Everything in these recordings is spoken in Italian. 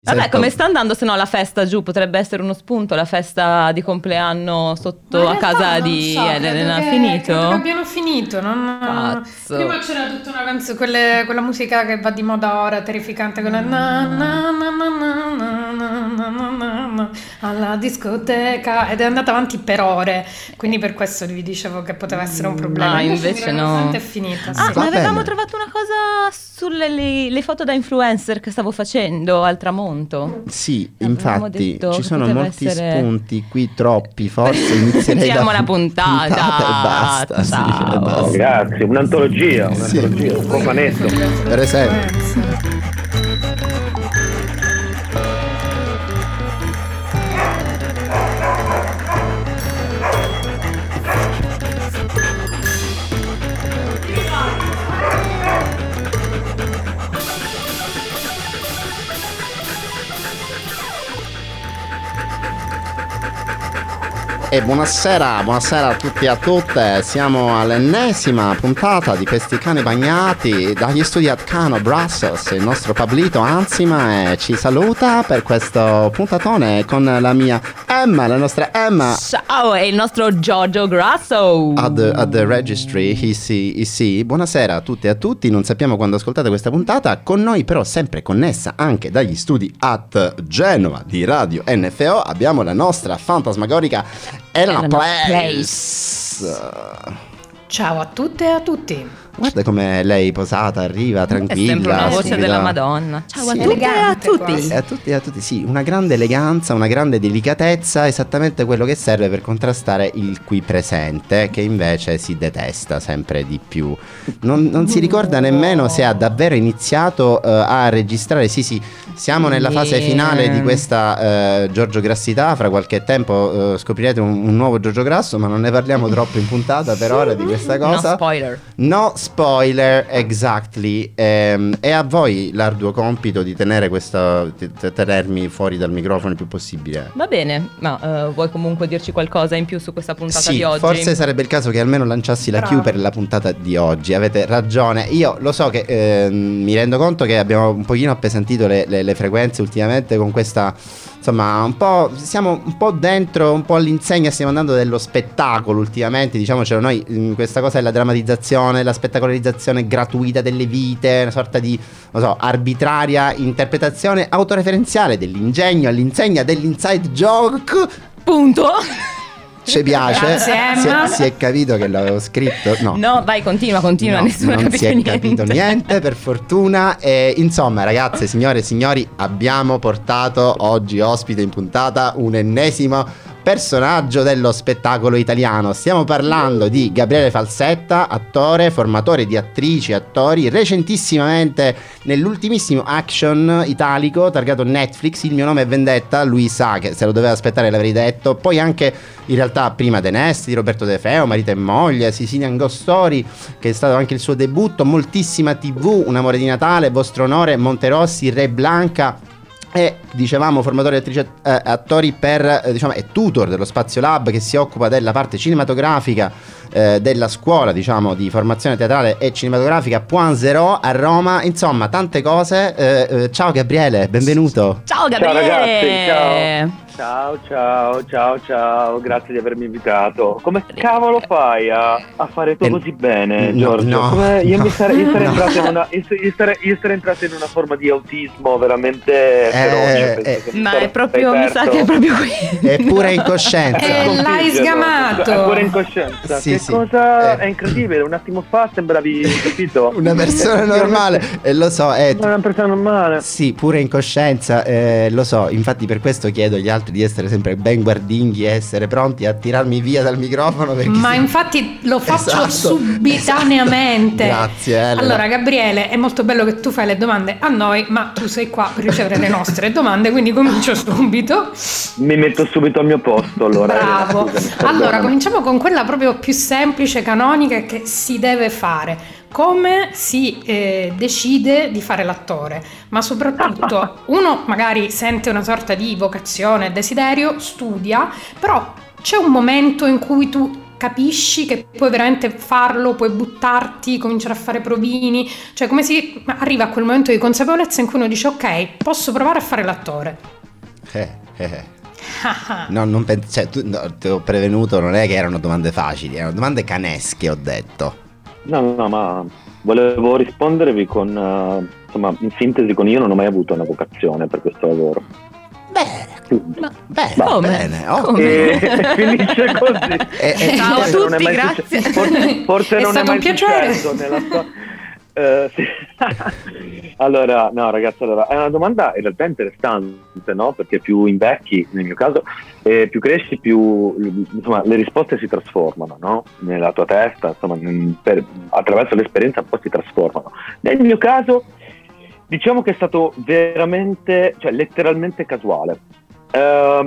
Vabbè, come sta andando se no la festa giù? Potrebbe essere uno spunto, la festa di compleanno sotto a casa di Elena. Ha finito? Credo che abbiano finito. Prima c'era tutta una canzone, quella musica che va di moda ora, terrificante, quella alla discoteca, ed è andata avanti per ore, quindi per questo vi dicevo che poteva essere un problema. Invece no. È finita. Sì. Ma avevamo trovato una cosa sulle le foto da influencer che stavo facendo al tramonto. Sì, infatti ci sono molti spunti qui, troppi, forse inizierei iniziamo la puntata e basta. Ciao. Sì, grazie, un'antologia, un cofanetto. Per esempio. E buonasera a tutti e a tutte, siamo all'ennesima puntata di questi cani bagnati dagli studi a Cano Brussels. Il nostro Pablito Anzima ci saluta per questo puntatone con la mia Emma, la nostra Emma. Ciao, e il nostro Giorgio Grasso at the registry, sì. Buonasera a tutti e a tutti, non sappiamo quando ascoltate questa puntata, con noi però sempre connessa anche dagli studi at Genova di Radio NFO abbiamo la nostra fantasmagorica Elena Place. Ciao a tutte e a tutti. Guarda come lei posata arriva tranquilla. È sempre una voce della Madonna. Ciao a tutte e a tutti. A tutti e a tutti, sì, una grande eleganza, una grande delicatezza, esattamente quello che serve per contrastare il qui presente, che invece si detesta sempre di più. Non si ricorda nemmeno se ha davvero iniziato a registrare. Sì, siamo nella fase finale di questa Giorgio Grassità. Fra qualche tempo scoprirete un nuovo Giorgio Grasso, ma non ne parliamo troppo in puntata per ora di questa cosa. No spoiler, exactly. E a voi l'arduo compito di tenere tenermi fuori dal microfono il più possibile. Va bene, ma vuoi comunque dirci qualcosa in più su questa puntata di oggi? Forse sarebbe il caso che almeno lanciassi la Q per la puntata di oggi. Avete ragione. Io lo so che mi rendo conto che abbiamo un pochino appesantito le frequenze ultimamente con questa, insomma, siamo un po' dentro, un po' all'insegna, stiamo andando dello spettacolo ultimamente, diciamocelo noi, questa cosa della drammatizzazione, la spettacolarizzazione gratuita delle vite, una sorta di, non so, arbitraria interpretazione autoreferenziale dell'ingegno all'insegna dell'inside joke. Punto. Ci piace. Grazie, Emma. Si è capito che l'avevo scritto? No, vai, continua, no, nessuno non si è niente. capito niente, per fortuna. Insomma, ragazze, signore e signori, abbiamo portato oggi ospite in puntata un ennesimo personaggio dello spettacolo italiano. Stiamo parlando di Gabriele Falsetta, attore, formatore di attrici, attori. Recentissimamente nell'ultimissimo action italico targato Netflix, Il mio nome è Vendetta. Lui sa che se lo doveva aspettare, l'avrei detto. Poi anche in realtà prima De Nesti, di Roberto De Feo, Marito e moglie, Sicilian Ghost Story, che è stato anche il suo debutto. Moltissima TV, Un amore di Natale, Vostro onore, Monterossi, Re Blanca. E dicevamo formatore di attrici, attori per diciamo è tutor dello Spazio Lab, che si occupa della parte cinematografica della scuola, diciamo, di formazione teatrale e cinematografica Point Zero a Roma. Insomma, tante cose. Ciao Gabriele, benvenuto. Ciao Gabriele. Ciao ragazzi, ciao, grazie di avermi invitato. Come cavolo fai a fare tutto così bene, Giorgio? No. Io sarei entrato in una forma di autismo veramente feroce. Ma è proprio, mi sa che è proprio qui. È pure incoscienza. L'hai sgamato. È pure incoscienza. Sì, è incredibile, un attimo fa sembravi, capito? Una persona normale. Lo so, una persona normale. Sì, pure incoscienza, lo so. Infatti per questo chiedo agli altri di essere sempre ben guardinghi e essere pronti a tirarmi via dal microfono, ma infatti lo faccio subitaneamente. Grazie Elena. Allora Gabriele, è molto bello che tu fai le domande a noi, ma tu sei qua per ricevere le nostre domande, quindi comincio subito. Mi metto subito al mio posto, allora. Bravo. Allora cominciamo con quella proprio più semplice, canonica, che si deve fare. Come si decide di fare l'attore, ma soprattutto uno magari sente una sorta di vocazione, desiderio, studia, però c'è un momento in cui tu capisci che puoi veramente farlo, puoi buttarti, cominciare a fare provini, cioè come si arriva a quel momento di consapevolezza in cui uno dice ok, posso provare a fare l'attore. No, non cioè, ti ho prevenuto, non è che erano domande facili, erano domande canesche, ho detto. No, ma volevo rispondervi con, insomma, in sintesi, io non ho mai avuto una vocazione per questo lavoro. Bene, come? Finisce così. Ciao a tutti, grazie. Forse È non stato è mai un piacere. successo nella sì. Allora, no ragazzi, è una domanda in realtà interessante, no? Perché più invecchi, nel mio caso, più cresci, più insomma le risposte si trasformano, no? Nella tua testa, insomma, attraverso l'esperienza un po' si trasformano. Nel mio caso diciamo che è stato veramente, cioè letteralmente casuale. Io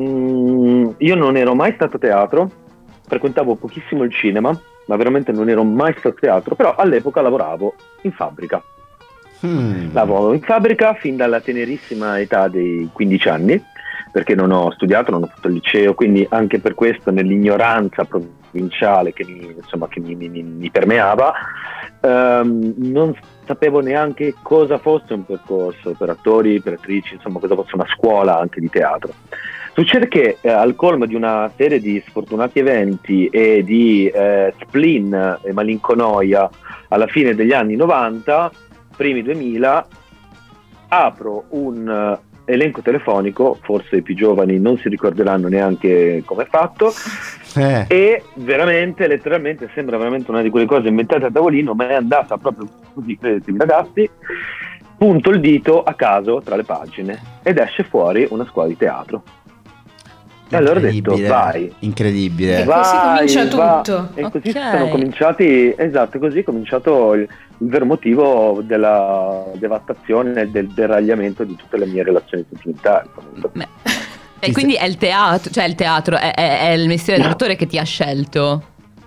non ero mai stato a teatro, frequentavo pochissimo il cinema, ma veramente non ero mai stato a teatro, però all'epoca lavoravo in fabbrica. Lavoravo in fabbrica fin dalla tenerissima età dei 15 anni, perché non ho studiato, non ho fatto il liceo, quindi anche per questo nell'ignoranza provinciale che mi permeava, non sapevo neanche cosa fosse un percorso per attori, per attrici, insomma cosa fosse una scuola anche di teatro. Succede che al colmo di una serie di sfortunati eventi e di spleen e malinconia alla fine degli anni 90, primi 2000, apro un elenco telefonico, forse i più giovani non si ricorderanno neanche come è fatto, e veramente, letteralmente, sembra veramente una di quelle cose inventate a tavolino, ma è andata proprio così, credetemi ragazzi, punto il dito a caso tra le pagine ed esce fuori una scuola di teatro. E allora ho detto vai, incredibile, e così comincia tutto. E così sono cominciati, esatto, così è cominciato il vero motivo della devastazione e del deragliamento di tutte le mie relazioni sentimentali. E quindi è il teatro, cioè il teatro è il mestiere dell'attore che ti ha scelto?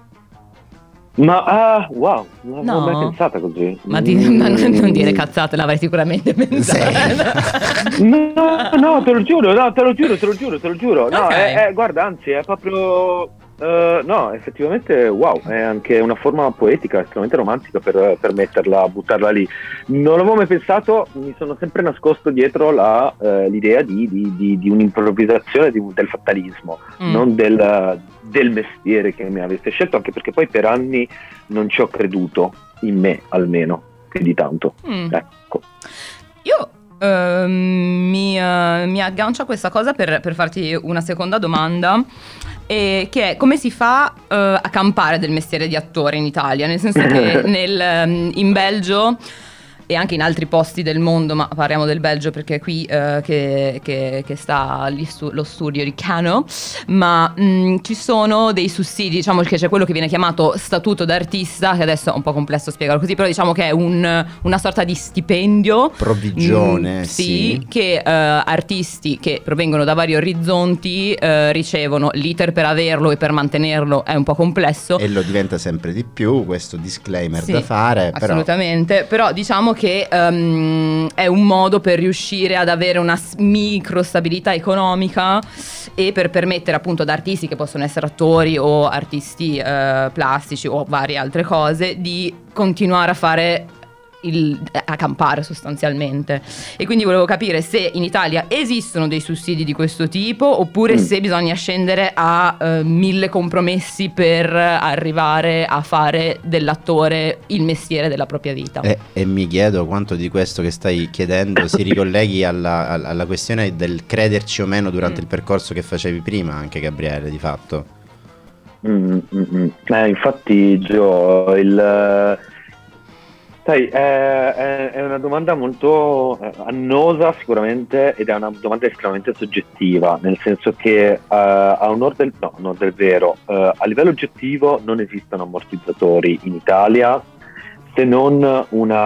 Ma wow, non avevo mai pensata così. Ma non dire cazzate, l'avrei sicuramente pensato. No, te lo giuro. No, Okay. guarda, anzi, è proprio no, effettivamente wow, è anche una forma poetica estremamente romantica per metterla, buttarla lì. Non l'avevo mai pensato, mi sono sempre nascosto dietro l'idea di un'improvvisazione, del fatalismo, non del mestiere che mi avesse scelto, anche perché poi per anni non ci ho creduto in me, almeno, più di tanto. Ecco. Io mi aggancio a questa cosa per farti una seconda domanda, che è come si fa a campare del mestiere di attore in Italia, nel senso che in Belgio e anche in altri posti del mondo, ma parliamo del Belgio perché è qui che sta lì lo studio di Cano, ma ci sono dei sussidi, diciamo che c'è quello che viene chiamato statuto d'artista, che adesso è un po' complesso spiegarlo così, però diciamo che è una sorta di stipendio, provvigione, sì, che artisti che provengono da vari orizzonti ricevono. L'iter per averlo e per mantenerlo è un po' complesso e lo diventa sempre di più, questo disclaimer sì, da fare, assolutamente, però diciamo che è un modo per riuscire ad avere una micro stabilità economica e per permettere appunto ad artisti che possono essere attori o artisti plastici o varie altre cose di continuare a fare a campare sostanzialmente. E quindi volevo capire se in Italia esistono dei sussidi di questo tipo oppure se bisogna scendere a 1000 compromessi per arrivare a fare dell'attore il mestiere della propria vita. E mi chiedo quanto di questo che stai chiedendo si ricolleghi alla questione del crederci o meno durante il percorso che facevi prima, anche Gabriele, di fatto. Infatti Gio, sai, è una domanda molto annosa sicuramente, ed è una domanda estremamente soggettiva, nel senso che a onor del vero, a livello oggettivo non esistono ammortizzatori in Italia, se non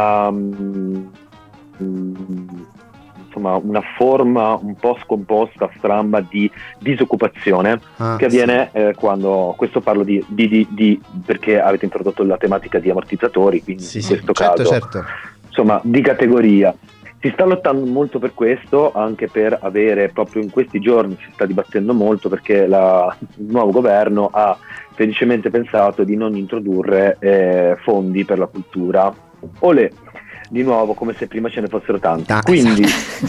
una forma un po' scomposta, stramba di disoccupazione che avviene quando, questo parlo di perché avete introdotto la tematica di ammortizzatori, quindi in questo caso certo. insomma di categoria. Si sta lottando molto per questo, anche per avere, proprio in questi giorni si sta dibattendo molto perché il nuovo governo ha felicemente pensato di non introdurre fondi per la cultura. Olè, di nuovo, come se prima ce ne fossero tanti. Quindi,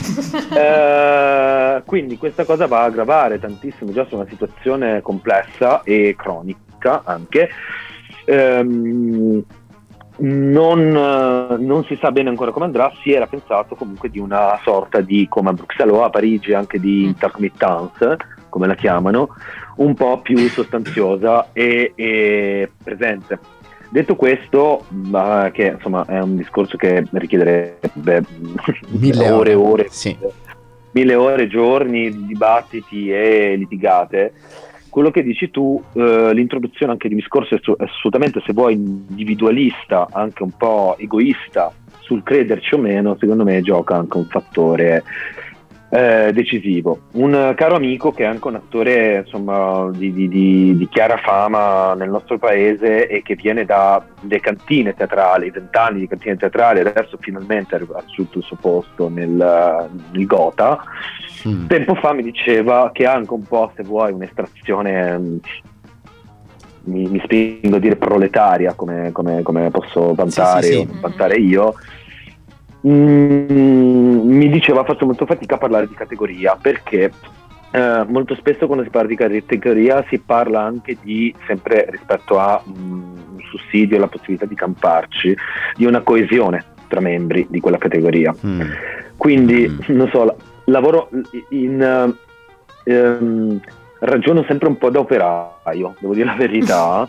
quindi questa cosa va a aggravare tantissimo già su una situazione complessa e cronica anche. Non si sa bene ancora come andrà. Si era pensato comunque di una sorta di, come a Bruxelles o a Parigi, anche di intermittence, come la chiamano, un po' più sostanziosa e presente. Detto questo, che insomma è un discorso che richiederebbe 1000 ore, sì. 1000 ore, giorni, dibattiti e litigate. Quello che dici tu, l'introduzione anche di un discorso assolutamente, se vuoi, individualista, anche un po' egoista sul crederci o meno, secondo me gioca anche un fattore decisivo. Un caro amico che è anche un attore, insomma, di chiara fama nel nostro paese e che viene dalle cantine teatrali, 20 anni di cantine teatrali, adesso finalmente ha raggiunto il suo posto nel Gotha. Tempo fa mi diceva che ha anche un po', se vuoi, un'estrazione, mi spingo a dire proletaria, come posso vantare, sì. vantare io. Mi diceva faccio molto fatica a parlare di categoria perché molto spesso quando si parla di categoria si parla anche di, sempre rispetto a un sussidio, la possibilità di camparci, di una coesione tra membri di quella categoria. Quindi non so, lavoro ragiono sempre un po' da operaio, devo dire la verità.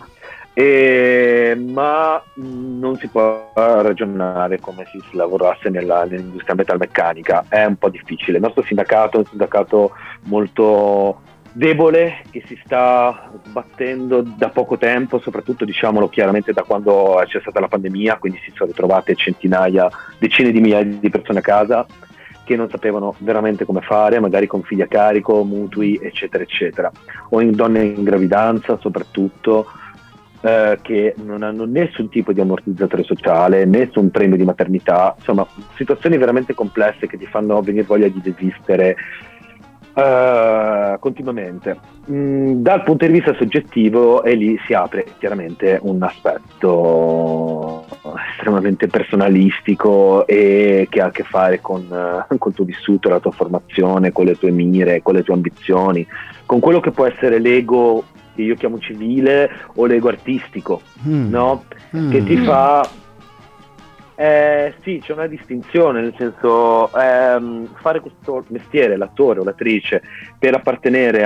Ma non si può ragionare come se si lavorasse nell'industria metalmeccanica, è un po' difficile. Il nostro sindacato è un sindacato molto debole che si sta battendo da poco tempo, soprattutto, diciamolo chiaramente, da quando c'è stata la pandemia, quindi si sono ritrovate centinaia, decine di migliaia di persone a casa che non sapevano veramente come fare, magari con figli a carico, mutui, eccetera eccetera, o in donne in gravidanza soprattutto, che non hanno nessun tipo di ammortizzatore sociale, nessun premio di maternità, insomma situazioni veramente complesse che ti fanno venire voglia di desistere continuamente. Dal punto di vista soggettivo, e lì si apre chiaramente un aspetto estremamente personalistico e che ha a che fare con il tuo vissuto, la tua formazione, con le tue mire, con le tue ambizioni, con quello che può essere l'ego che io chiamo civile o l'ego artistico, no? Che ti fa sì, c'è una distinzione, nel senso fare questo mestiere, l'attore o l'attrice, per appartenere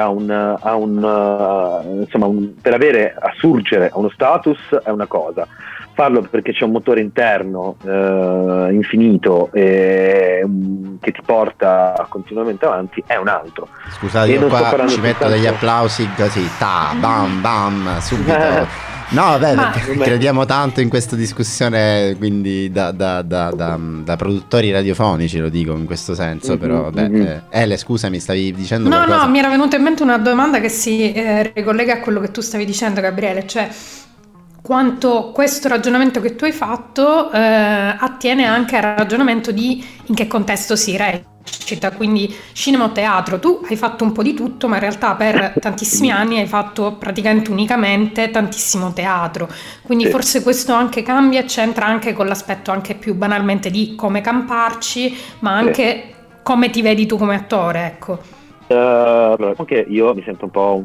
per avere, assurgere a uno status è una cosa, farlo perché c'è un motore interno infinito che ti porta continuamente avanti è un altro. Scusate, io qua ci metto degli applausi così, bam bam, subito. No, vabbè, perché crediamo tanto in questa discussione, quindi da produttori radiofonici lo dico in questo senso, però vabbè. Ele, scusami, stavi dicendo qualcosa? No, mi era venuta in mente una domanda che si ricollega a quello che tu stavi dicendo, Gabriele, cioè quanto questo ragionamento che tu hai fatto attiene anche al ragionamento di in che contesto si recita, quindi cinema o teatro. Tu hai fatto un po' di tutto, ma in realtà per tantissimi anni hai fatto praticamente unicamente tantissimo teatro, quindi sì. Forse questo anche cambia e c'entra anche con l'aspetto anche più banalmente di come camparci, ma anche come ti vedi tu come attore, ecco. Anche io mi sento un po'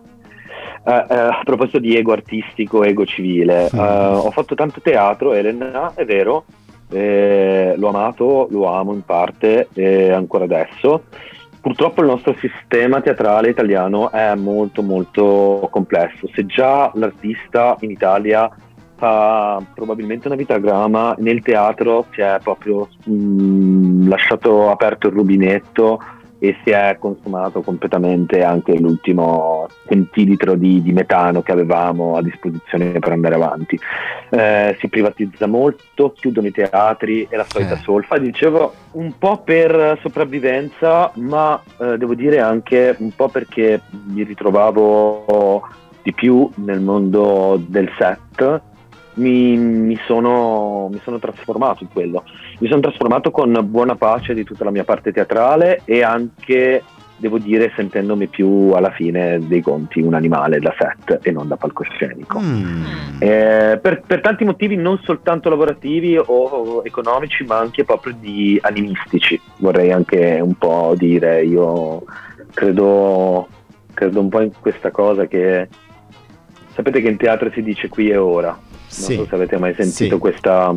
a proposito di ego artistico, ego civile, ho fatto tanto teatro, Elena, è vero, l'ho amato, lo amo in parte ancora adesso. Purtroppo il nostro sistema teatrale italiano è molto molto complesso. Se già l'artista in Italia fa probabilmente una vitagramma, nel teatro si è proprio lasciato aperto il rubinetto e si è consumato completamente anche l'ultimo centilitro di metano che avevamo a disposizione per andare avanti. Si privatizza molto, chiudono i teatri e la solita solfa. Dicevo un po' per sopravvivenza, ma devo dire anche un po' perché mi ritrovavo di più nel mondo del set, mi sono trasformato in quello. Mi sono trasformato con buona pace di tutta la mia parte teatrale e anche, devo dire, sentendomi più alla fine dei conti un animale da set e non da palcoscenico. Per tanti motivi, non soltanto lavorativi o economici, ma anche proprio di animistici, vorrei anche un po' dire. Io credo un po' in questa cosa che, sapete che in teatro si dice qui e ora, non so se avete mai sentito questa.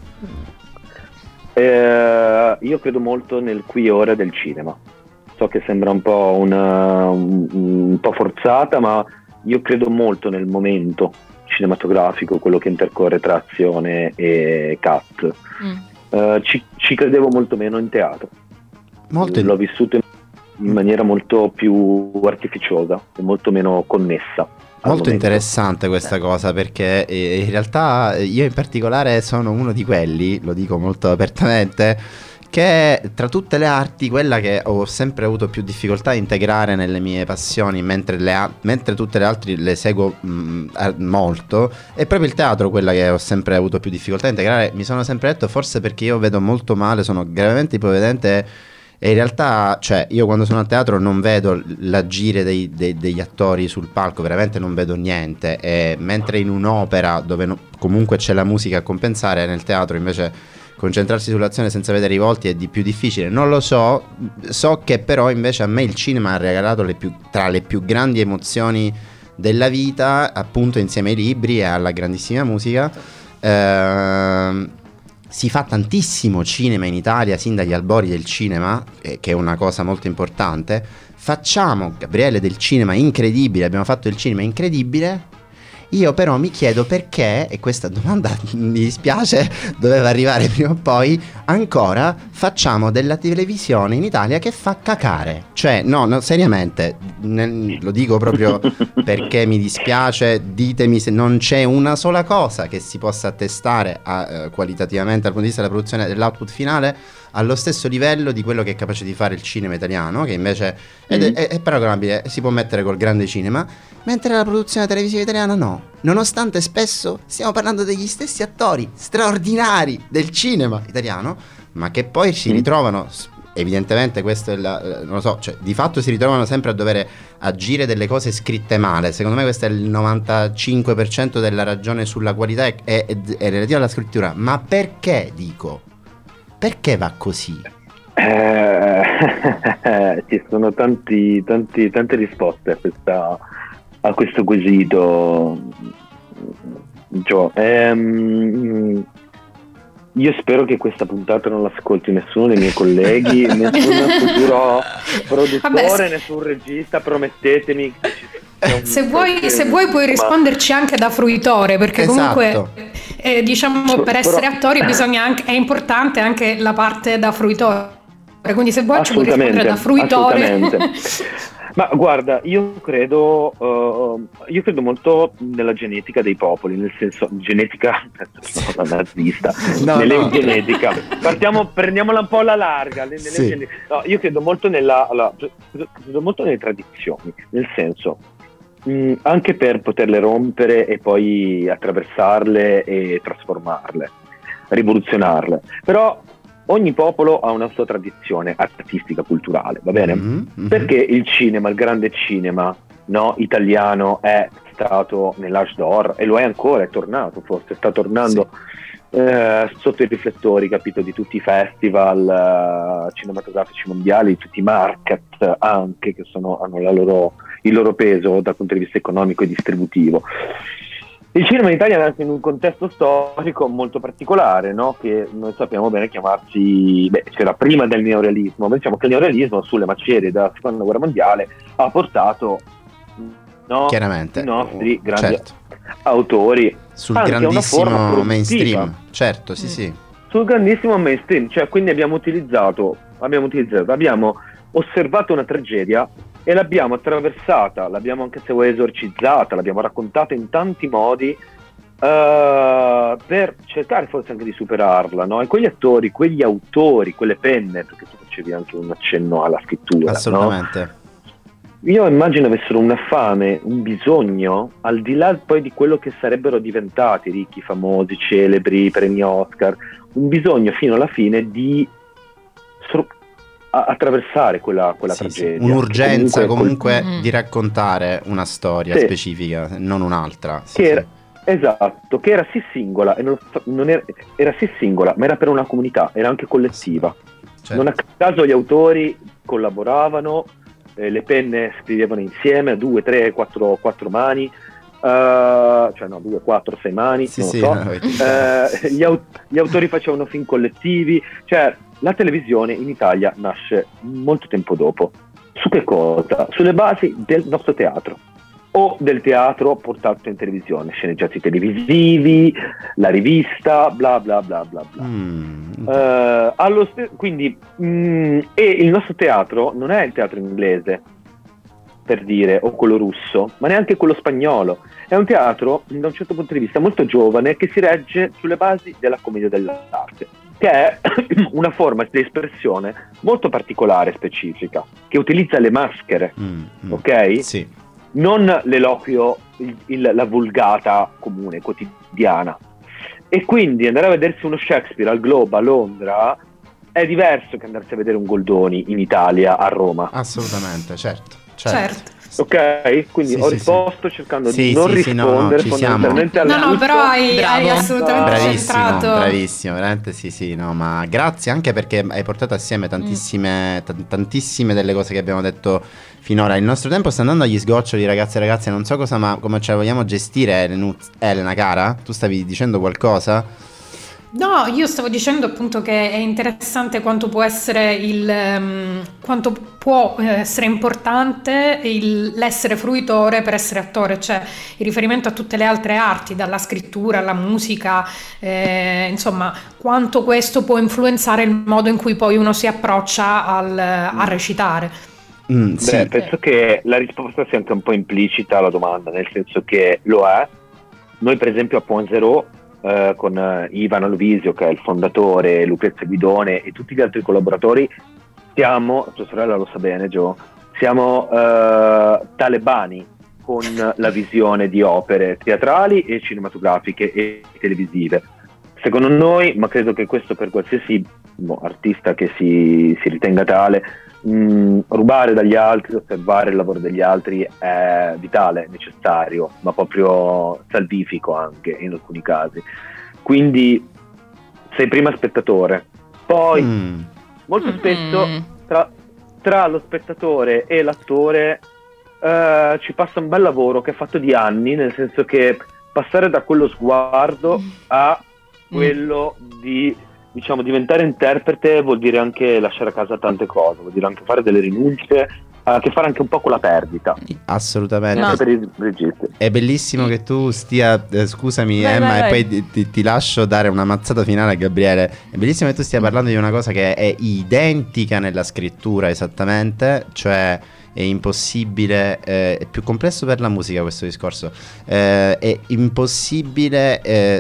Io credo molto nel qui e ora del cinema. So che sembra un po' un po' forzata, ma io credo molto nel momento cinematografico, quello che intercorre tra azione e cut. Ci credevo molto meno in teatro. L'ho vissuto in maniera molto più artificiosa e molto meno connessa. Molto interessante questa cosa, perché in realtà io in particolare sono uno di quelli, lo dico molto apertamente, che tra tutte le arti quella che ho sempre avuto più difficoltà a integrare nelle mie passioni, mentre tutte le altre le seguo molto, è proprio il teatro quella che ho sempre avuto più difficoltà a integrare. Mi sono sempre detto, forse perché io vedo molto male, sono gravemente ipovedente, e in realtà, cioè, io quando sono a teatro non vedo l'agire degli attori sul palco, veramente non vedo niente, e mentre in un'opera dove comunque c'è la musica a compensare, nel teatro invece concentrarsi sull'azione senza vedere i volti è di più difficile. Non lo so che però invece a me il cinema ha regalato tra le più grandi emozioni della vita, appunto insieme ai libri e alla grandissima musica. Si fa tantissimo cinema in Italia sin dagli albori del cinema, che è una cosa molto importante. Facciamo, Gabriele, del cinema incredibile, abbiamo fatto il cinema incredibile. Io però mi chiedo perché, e questa domanda mi dispiace doveva arrivare prima o poi, ancora facciamo della televisione in Italia che fa cacare. Cioè, no, seriamente, lo dico proprio perché mi dispiace, ditemi se non c'è una sola cosa che si possa attestare qualitativamente dal punto di vista della produzione dell'output finale allo stesso livello di quello che è capace di fare il cinema italiano, che invece è paragonabile, si può mettere col grande cinema, mentre la produzione televisiva italiana no, nonostante spesso stiamo parlando degli stessi attori straordinari del cinema italiano, ma che poi si ritrovano, evidentemente questo è non lo so, cioè di fatto si ritrovano sempre a dover agire delle cose scritte male. Secondo me questo è il 95% della ragione sulla qualità è relativa alla scrittura. Ma perché, dico? Perché va così? Ci sono tante risposte a questo quesito, Gio. Io spero che questa puntata non l'ascolti nessuno dei miei colleghi, nessun futuro produttore, nessun regista, promettetemi. Se vuoi puoi risponderci anche da fruitore, perché comunque diciamo per essere attori è importante anche la parte da fruitore, quindi se vuoi ci puoi rispondere da fruitore. Ma guarda, io credo molto nella genetica dei popoli, nel senso, genetica nazista, genetica. Prendiamola un po' alla larga. Io credo molto credo molto nelle tradizioni, nel senso, anche per poterle rompere e poi attraversarle e trasformarle, rivoluzionarle. Però ogni popolo ha una sua tradizione artistica, culturale, va bene? Perché il cinema, il grande cinema, no, italiano è stato nell'Age d'Or e lo è ancora, è tornato, forse sta tornando sotto i riflettori, capito, di tutti i festival cinematografici mondiali, di tutti i market anche, che hanno il loro peso dal punto di vista economico e distributivo. Il cinema in Italia è anche in un contesto storico molto particolare, no? Che noi sappiamo bene chiamarsi, c'era prima del neorealismo, ma diciamo che il neorealismo sulle macerie della seconda guerra mondiale ha portato, no, chiaramente, i nostri grandi autori sul grandissimo mainstream, certo, sì. Sul grandissimo mainstream, cioè quindi abbiamo osservato una tragedia e l'abbiamo attraversata, l'abbiamo anche se vuoi esorcizzata, l'abbiamo raccontata in tanti modi per cercare forse anche di superarla, no? E quegli attori, quegli autori, quelle penne, perché tu facevi anche un accenno alla scrittura, assolutamente, io immagino avessero una fame, un bisogno, al di là poi di quello che sarebbero diventati, ricchi, famosi, celebri, premi Oscar, un bisogno fino alla fine di attraversare quella tragedia. Un'urgenza comunque di raccontare una storia specifica, non un'altra. Esatto, che era sì singola, e era sì singola, ma era per una comunità, era anche collettiva. Certo. Non a caso gli autori collaboravano, le penne scrivevano insieme a 2, 3, 4 mani, 2, 4, 6 mani, non so. Gli autori facevano film collettivi, cioè la televisione in Italia nasce molto tempo dopo. Su che cosa? Sulle basi del nostro teatro o del teatro portato in televisione, sceneggiati televisivi, la rivista, bla bla bla bla bla. Quindi e il nostro teatro non è il teatro inglese, per dire, o quello russo, ma neanche quello spagnolo. È un teatro, da un certo punto di vista, molto giovane, che si regge sulle basi della commedia dell'arte, che è una forma di espressione molto particolare, specifica, che utilizza le maschere, ok? Sì. Non l'eloquio, la vulgata comune, quotidiana. E quindi andare a vedersi uno Shakespeare al Globe a Londra è diverso che andarsi a vedere un Goldoni in Italia a Roma. Assolutamente, certo. Ok, quindi ho risposto cercando di non rispondere fondamentalmente alle No, però hai assolutamente centrato. Bravissimo, veramente sì, no, ma grazie anche perché hai portato assieme tantissime delle cose che abbiamo detto finora. Il nostro tempo sta andando agli sgoccioli, ragazzi e ragazze, non so come ce la vogliamo gestire. Elena cara, tu stavi dicendo qualcosa? No, io stavo dicendo appunto che è interessante quanto può essere importante l'essere fruitore per essere attore, cioè il riferimento a tutte le altre arti, dalla scrittura alla musica, insomma, quanto questo può influenzare il modo in cui poi uno si approccia a recitare. Penso che la risposta sia anche un po' implicita alla domanda, nel senso che lo è. Noi per esempio a Point Zero, con Ivan Alovisio, che è il fondatore, Lucrezia Guidone e tutti gli altri collaboratori, tua sorella lo sa bene, Gio, siamo talebani con la visione di opere teatrali e cinematografiche e televisive. Secondo noi, ma credo che questo per qualsiasi artista che si ritenga tale, rubare dagli altri, osservare il lavoro degli altri è vitale, necessario, ma proprio salvifico anche in alcuni casi. Quindi sei prima spettatore, poi molto spesso tra lo spettatore e l'attore ci passa un bel lavoro che è fatto di anni, nel senso che passare da quello sguardo a quello di diventare interprete vuol dire anche lasciare a casa tante cose, vuol dire anche fare delle rinunce, ha a che fare anche un po' con la perdita. Assolutamente. Anche per i registi. È bellissimo che tu stia, scusami Emma, e poi ti lascio dare una mazzata finale a Gabriele. È bellissimo che tu stia parlando di una cosa che è identica nella scrittura esattamente, cioè è impossibile, è più complesso per la musica questo discorso, è impossibile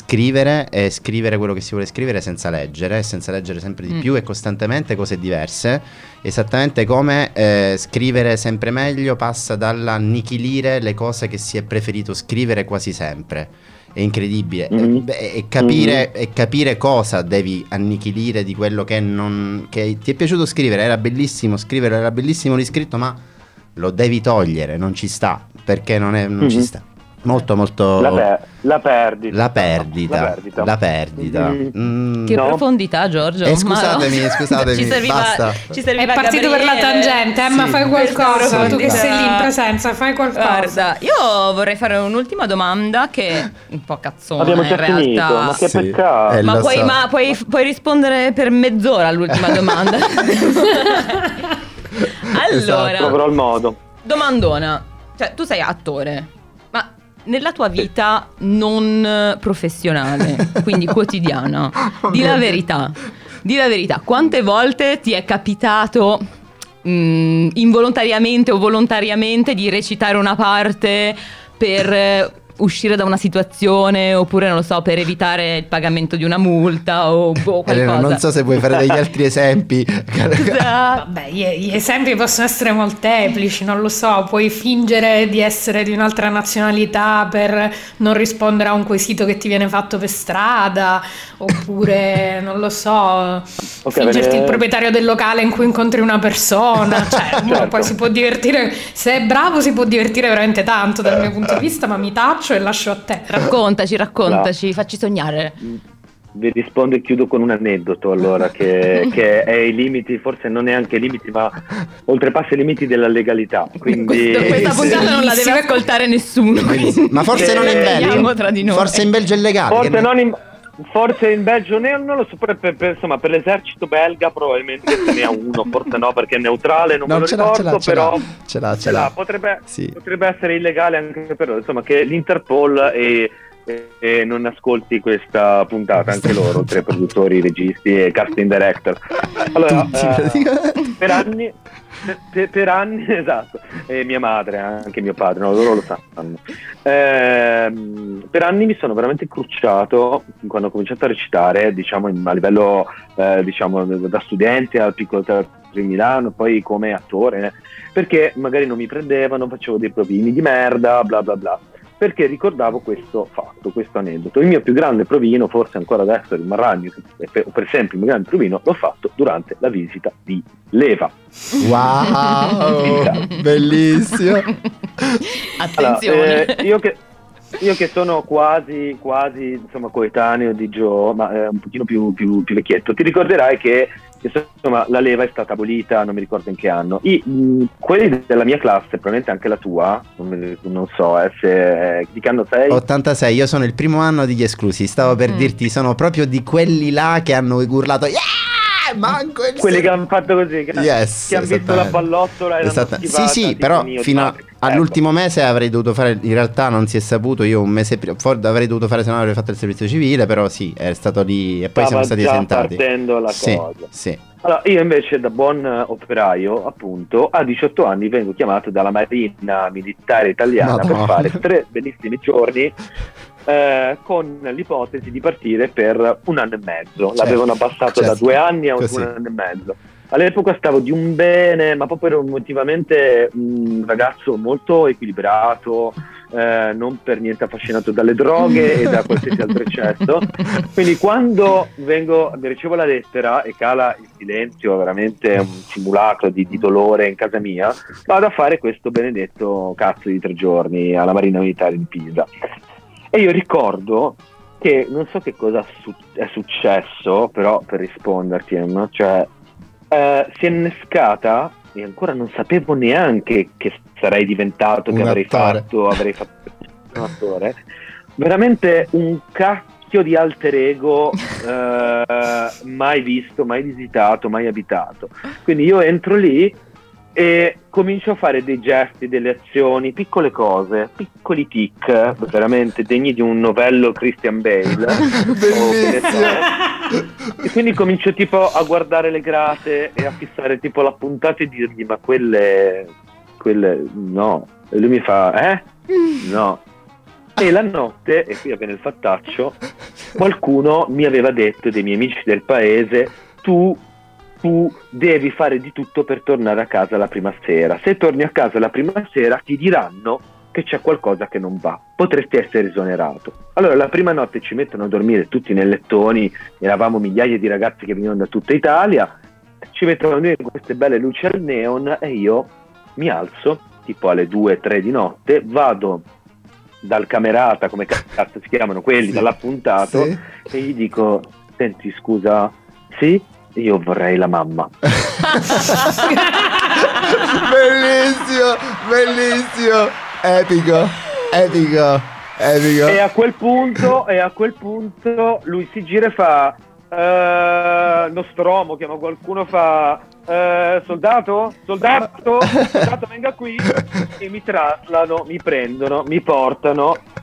scrivere quello che si vuole scrivere senza leggere sempre di più e costantemente cose diverse, esattamente come scrivere sempre meglio passa dall'annichilire le cose che si è preferito scrivere quasi sempre. È incredibile. E capire cosa devi annichilire di quello che ti è piaciuto scrivere. Era bellissimo scrivere, era bellissimo l'iscritto, ma lo devi togliere, non ci sta, perché non ci sta. Molto la perdita. Che profondità, Giorgio. Scusatemi, basta. Ci serviva è partito Gabriele. Per la tangente, ma fai qualcosa, tu che sei lì in presenza, fai qualcosa. Guarda, io vorrei fare un'ultima domanda che è un po' cazzona. Abbiamo già in finito, realtà. ma che peccato. Ma puoi rispondere per mezz'ora all'ultima domanda. Allora, troverò il modo. Domandona. Cioè, tu sei attore, ma nella tua vita non professionale, quindi quotidiana, di la verità, quante volte ti è capitato involontariamente o volontariamente di recitare una parte per uscire da una situazione, oppure non lo so, per evitare il pagamento di una multa o qualcosa. Elena, non so se puoi fare degli altri esempi. Vabbè, gli esempi possono essere molteplici, non lo so, puoi fingere di essere di un'altra nazionalità per non rispondere a un quesito che ti viene fatto per strada, oppure non lo so, fingerti il proprietario del locale in cui incontri una persona, cioè uno poi si può divertire, se è bravo si può divertire veramente tanto dal mio punto di vista, ma mi taccio e lascio a te. Raccontaci, facci sognare. Vi rispondo e chiudo con un aneddoto allora che è ai limiti, forse non è anche ai limiti, ma oltrepassa i limiti della legalità. Quindi questa puntata non la deve ascoltare nessuno. Ma forse non è in Belgio. Tra di noi. Forse in Belgio è legale. Forse in Belgio non lo so, insomma, per l'esercito belga probabilmente ce n'è uno, forse no, perché è neutrale, non me lo ricordo, però ce l'ha. Potrebbe essere illegale anche per loro, insomma, che l'Interpol e non ascolti questa puntata, anche loro, oltre ai produttori, registi e casting director. Allora, per anni, esatto, e mia madre, anche mio padre, no, loro lo sanno. Per anni mi sono veramente crucciato quando ho cominciato a recitare, diciamo, a livello, diciamo, da studente al piccolo teatro di Milano, poi come attore, perché magari non mi prendevano, facevo dei provini di merda, bla bla bla. Perché ricordavo questo fatto, questo aneddoto. Il mio più grande provino, forse ancora adesso rimarrà, per esempio il mio grande provino, l'ho fatto durante la visita di Leva. Wow, bellissimo. Attenzione. Allora, io che sono quasi insomma coetaneo di Joe, ma un pochino più vecchietto, ti ricorderai che insomma la leva è stata abolita, non mi ricordo in che anno. Quelli della mia classe, probabilmente anche la tua, non so se di che anno sei? 86, io sono il primo anno degli esclusi. Stavo per dirti, sono proprio di quelli là che hanno urlato manco quelli che hanno fatto così, che hanno visto la pallottola e sì, però fino all'ultimo mese avrei dovuto fare, in realtà non si è saputo, io un mese prima avrei dovuto fare, se no avrei fatto il servizio civile, però sì, è stato lì e poi siamo stati esentati. Partendo la cosa. Sì. Allora, io invece da buon operaio, appunto, a 18 anni vengo chiamato dalla Marina Militare Italiana per fare 3 bellissimi giorni con l'ipotesi di partire per 1 anno e mezzo. L'avevano abbassato da 2 anni a 1 anno e mezzo. All'epoca stavo di un bene, ma proprio ero emotivamente un ragazzo molto equilibrato, non per niente affascinato dalle droghe e da qualsiasi altro eccesso. Quindi quando ricevo la lettera e cala il silenzio, veramente un simulacro di dolore in casa mia, vado a fare questo benedetto cazzo di 3 giorni alla Marina Militare di Pisa. E io ricordo che non so che cosa è successo, però per risponderti, Emma, cioè si è innescata, e ancora non sapevo neanche che sarei diventato, che avrei fatto un attore, veramente un cacchio di alter ego mai visto, mai visitato, mai abitato. Quindi io entro lì e comincio a fare dei gesti, delle azioni, piccole cose, piccoli tic, veramente degni di un novello Christian Bale. E quindi comincio tipo a guardare le grate e a fissare tipo la puntata e dirgli ma quelle no. E lui mi fa no. E la notte, e qui avviene il fattaccio, qualcuno mi aveva detto, dei miei amici del paese, tu devi fare di tutto per tornare a casa la prima sera. Se torni a casa la prima sera ti diranno che c'è qualcosa che non va, potresti essere esonerato. Allora la prima notte ci mettono a dormire tutti nei lettoni, eravamo migliaia di ragazzi che venivano da tutta Italia, ci mettono a dormire con queste belle luci al neon e io mi alzo tipo alle 2-3 di notte, vado dal camerata, come cazzo si chiamano quelli, dall'appuntato, e gli dico, senti scusa, sì? Io vorrei la mamma. Bellissimo, epico. E a quel punto lui si gira e fa Nostromo, chiama qualcuno, fa soldato venga qui, e mi traslano, mi prendono, mi portano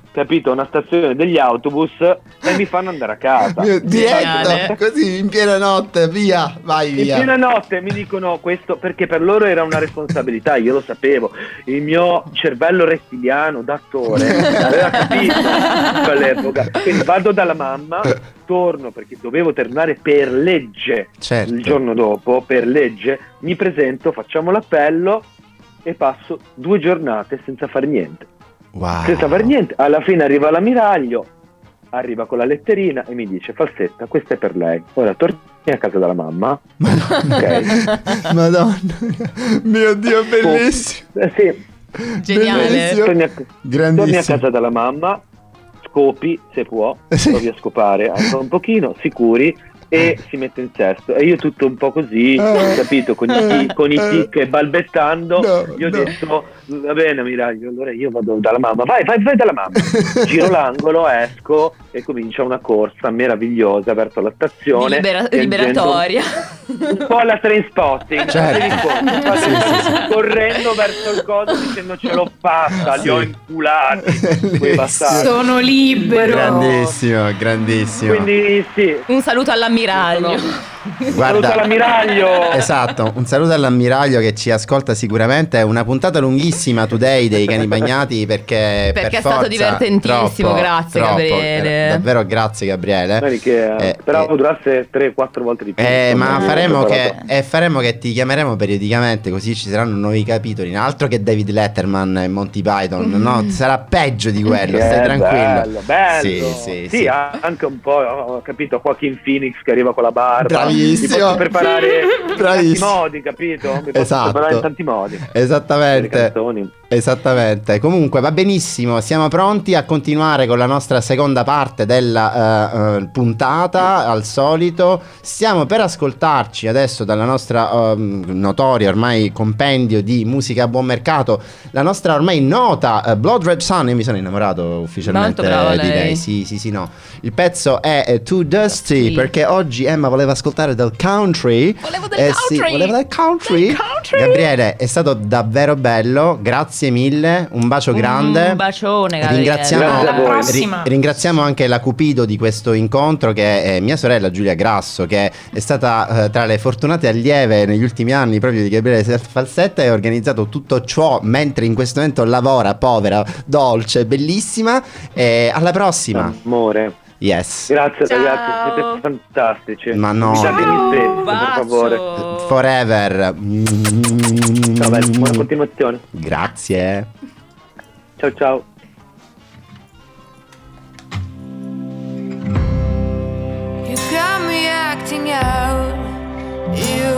capito, una stazione degli autobus e mi fanno andare a casa. Diretto, così in piena notte, via, vai via. In piena notte mi dicono questo, perché per loro era una responsabilità, io lo sapevo, il mio cervello rettiliano d'attore aveva capito all'epoca. Quindi vado dalla mamma, torno perché dovevo tornare per legge, certo. Il giorno dopo per legge mi presento, facciamo l'appello e passo 2 giornate senza fare niente. Wow. Senza fare niente, alla fine arriva l'ammiraglio, arriva con la letterina e mi dice: Falsetta, questa è per lei, ora torni a casa dalla mamma. Okay. Madonna, mio Dio, bellissimo. Sì. Geniale. Torni a casa dalla mamma, scopi se può, provi a scopare anche un pochino, sicuri, e si mette in sesto. E io tutto un po' così, capito, con i tic e balbettando, gli ho detto: va bene ammiraglio, allora io vado dalla mamma. Vai dalla mamma. Giro l'angolo, esco e comincia una corsa meravigliosa verso la stazione, liberatoria, un po' alla Trainspotting, certo. Correndo verso il coso dicendo: ce l'ho fatta, li ho inculati, sono libero. Grandissimo. Quindi sì, un saluto all'ammiraglio. Guarda, all'ammiraglio. Esatto, un saluto all'ammiraglio che ci ascolta sicuramente. È una puntata lunghissima today dei Cani Bagnati perché è stato divertentissimo, grazie Gabriele. Davvero grazie Gabriele. Speravo durasse 3-4 volte di più. Ma faremo che ti chiameremo periodicamente, così ci saranno nuovi capitoli. Altro che David Letterman e Monty Python, no? Sarà peggio di quello, stai tranquillo. Bello. Sì, anche un po', ho capito, Joaquin Phoenix che arriva con la barba. Mi posso preparare in tanti modi, capito? Mi posso preparare in tanti modi. Esattamente. Comunque va benissimo, siamo pronti a continuare con la nostra seconda parte della puntata. Al solito stiamo per ascoltarci adesso dalla nostra notoria ormai compendio di musica a buon mercato, la nostra ormai nota Blood Red Sun. Io mi sono innamorato ufficialmente di lei. Sì, no. Il pezzo è Too Dusty, perché oggi Emma voleva ascoltare del country. Voleva del country. Gabriele, è stato davvero bello, grazie mille, un bacio grande. Un bacione, Gabriele. Ringraziamo anche la cupido di questo incontro, che è mia sorella Giulia Grasso, che è stata tra le fortunate allieve negli ultimi anni proprio di Gabriele Falsetta, e ha organizzato tutto ciò mentre in questo momento lavora, povera, dolce, bellissima. E alla prossima. Amore. Yes. Grazie. Ciao. Ragazzi, siete fantastici. Ma no. Mi date rispetto, per favore. Forever. Ciao, buona continuazione. Grazie. Ciao. You got me acting out. You,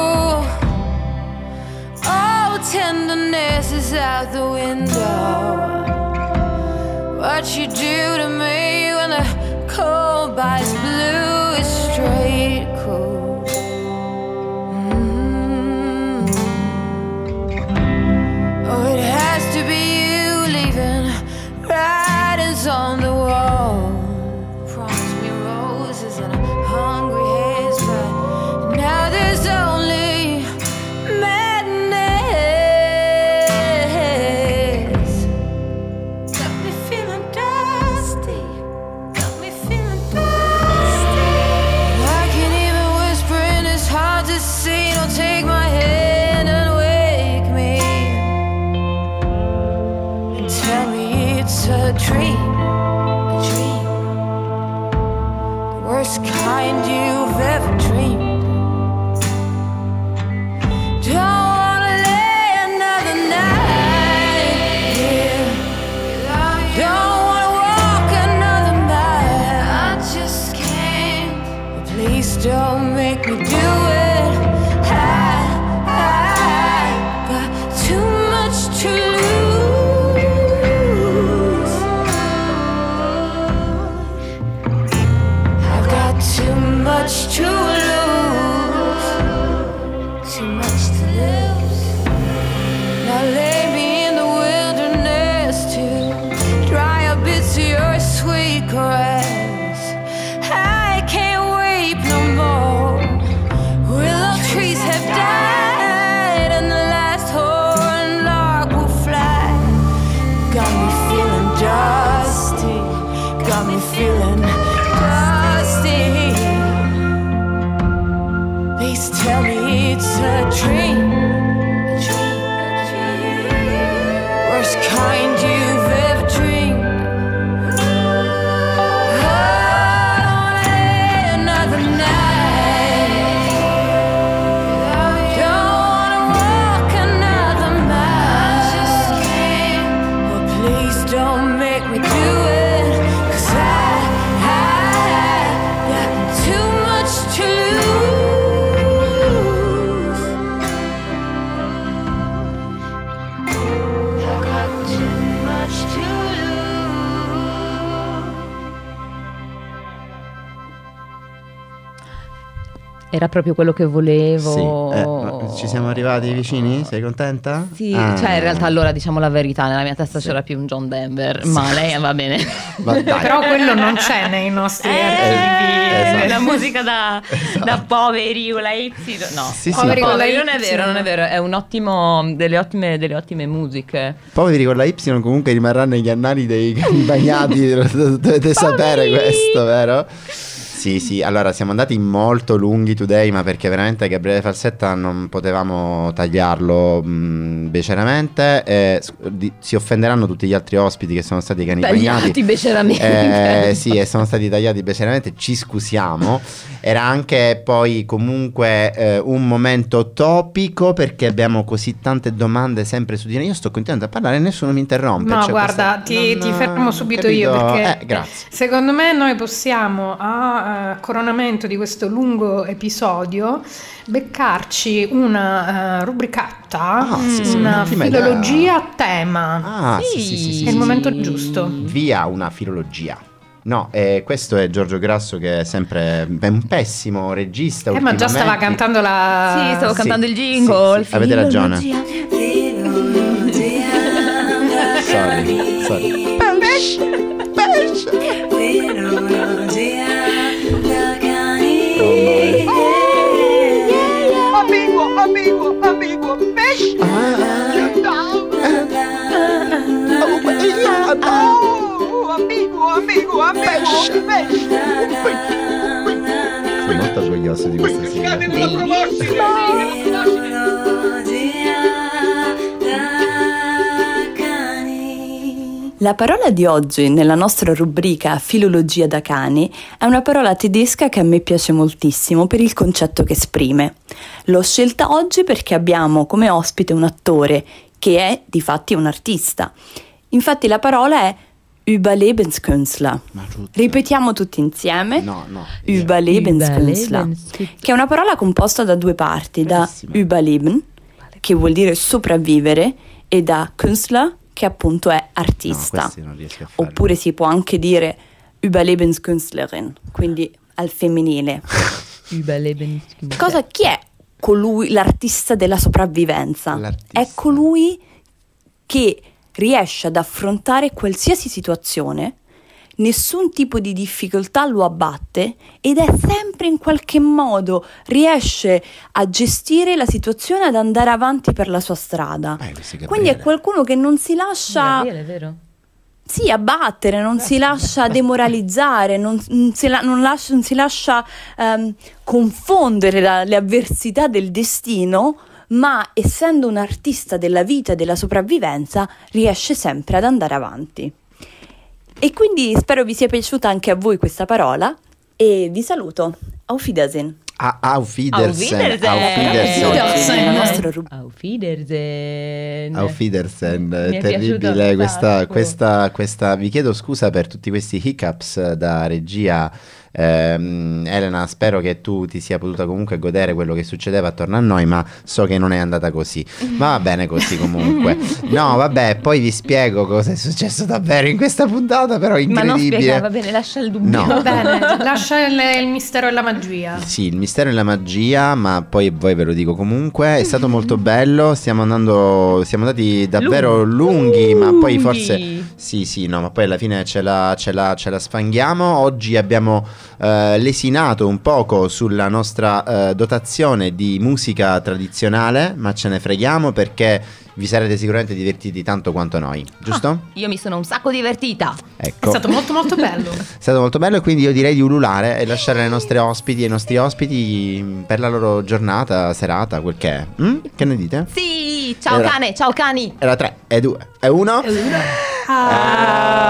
oh, tenderness is out the window. What you do to me when the cold bites blue is straight cool. Oh, it has to be you leaving writings on the wall. Promise me roses and a hungry haze, but now there's only madness. Got me feeling dusty. Got me feeling dusty. worst kind you've ever dreamed. Another night, don't wanna walk another mile. I just can't. Oh, please don't make me do it, 'cause I got too much to lose. I got too much to lose. Era proprio quello che volevo. Sì. Ci siamo arrivati vicini? Sei contenta? Sì, Ah. cioè in realtà allora diciamo la verità, nella mia testa c'era più un John Denver, ma lei va bene. Ma dai. Però quello non c'è nei nostri archivi. esatto. La musica da poveri con la Y. No, Sì, sì. Poveri con la poveri non è Y. vero, non è vero, è un ottimo, delle ottime musiche. Poveri con la Y comunque rimarrà negli annali dei cani bagnati. Dovete sapere questo, vero? Sì, sì, allora siamo andati molto lunghi today, ma perché veramente Gabriele Falsetta non potevamo tagliarlo beceramente, e si offenderanno tutti gli altri ospiti che sono stati cani bagnati. Tagliati beceramente. Sì, e sono stati tagliati beceramente, ci scusiamo. Era anche poi comunque un momento topico, perché abbiamo così tante domande sempre su di noi. Io sto continuando a parlare e nessuno mi interrompe. No, Cioè, guarda, questa- ti fermo subito capito? io, perché grazie. secondo me noi possiamo, a coronamento di questo lungo episodio, beccarci una rubricata, sì, una ottima filologia a tema. Ah, sì. È il momento giusto. Via una filologia. No, questo è Giorgio Grasso, che è sempre un pessimo regista. Ma già stava ultimamente. cantando la... Sì, stavo Sì, cantando il sì, jingle. sì, avete ragione. Filologia. Sorry. Da cani. Amigo, pesce. Amigo, pesce. Sono molto orgoglioso di questa sigla. La parola di oggi nella nostra rubrica Filologia da cani è una parola tedesca che a me piace moltissimo per il concetto che esprime. L'ho scelta oggi perché abbiamo come ospite un attore che è di fatti un artista. Infatti la parola è Überlebenskünstler. Ripetiamo tutti insieme. No. Überlebenskünstler, che è una parola composta da due parti, da Bravissima. Überleben, che vuol dire sopravvivere, e da Künstler, che appunto è No, artista. questi non riesco a farli. Oppure si può anche dire Überlebenskünstlerin, quindi al femminile. Chi è colui, l'artista della sopravvivenza? L'artista. È colui che riesce ad affrontare qualsiasi situazione, nessun tipo di difficoltà lo abbatte ed è sempre in qualche modo riesce a gestire la situazione, ad andare avanti per la sua strada. Questo è Quindi è Gabriele. qualcuno che non si lascia Gabriele, è vero? sì, abbattere, non si lascia demoralizzare, non si lascia confondere le avversità del destino, ma essendo un artista della vita e della sopravvivenza riesce sempre ad andare avanti. E quindi spero vi sia piaciuta anche a voi questa parola e vi saluto. Auf Wiedersehen. Auf Wiedersehen. Nella nostra rubrica. Auf Wiedersehen. Auf Wiedersehen. Mi è Terribile piaciuto un sacco. questa. Vi chiedo scusa per tutti questi hiccups da regia. Elena, spero che tu ti sia potuta comunque godere quello che succedeva attorno a noi, ma so che non è andata così. Ma va bene così comunque. No, vabbè, poi vi spiego cosa è successo davvero in questa puntata, però Ma non incredibile. spiega, va bene, lascia il dubbio. No. Va bene, lascia il mistero e la magia. Sì, il mistero e la magia, ma poi voi ve lo dico comunque, è stato molto bello, siamo andati davvero lunghi, ma poi forse sì, no, ma poi alla fine ce la sfanghiamo. Oggi abbiamo lesinato un poco sulla nostra dotazione di musica tradizionale, ma ce ne freghiamo perché vi sarete sicuramente divertiti tanto quanto noi, giusto? Io mi sono un sacco divertita. Ecco. È stato molto molto bello. È stato molto bello, e quindi io direi di ululare e lasciare le nostre ospiti e i nostri ospiti per la loro giornata, serata, quel che è. Che ne dite? Sì, ciao Era- cane, ciao cani. Era 3 e 2 e 1. Ah.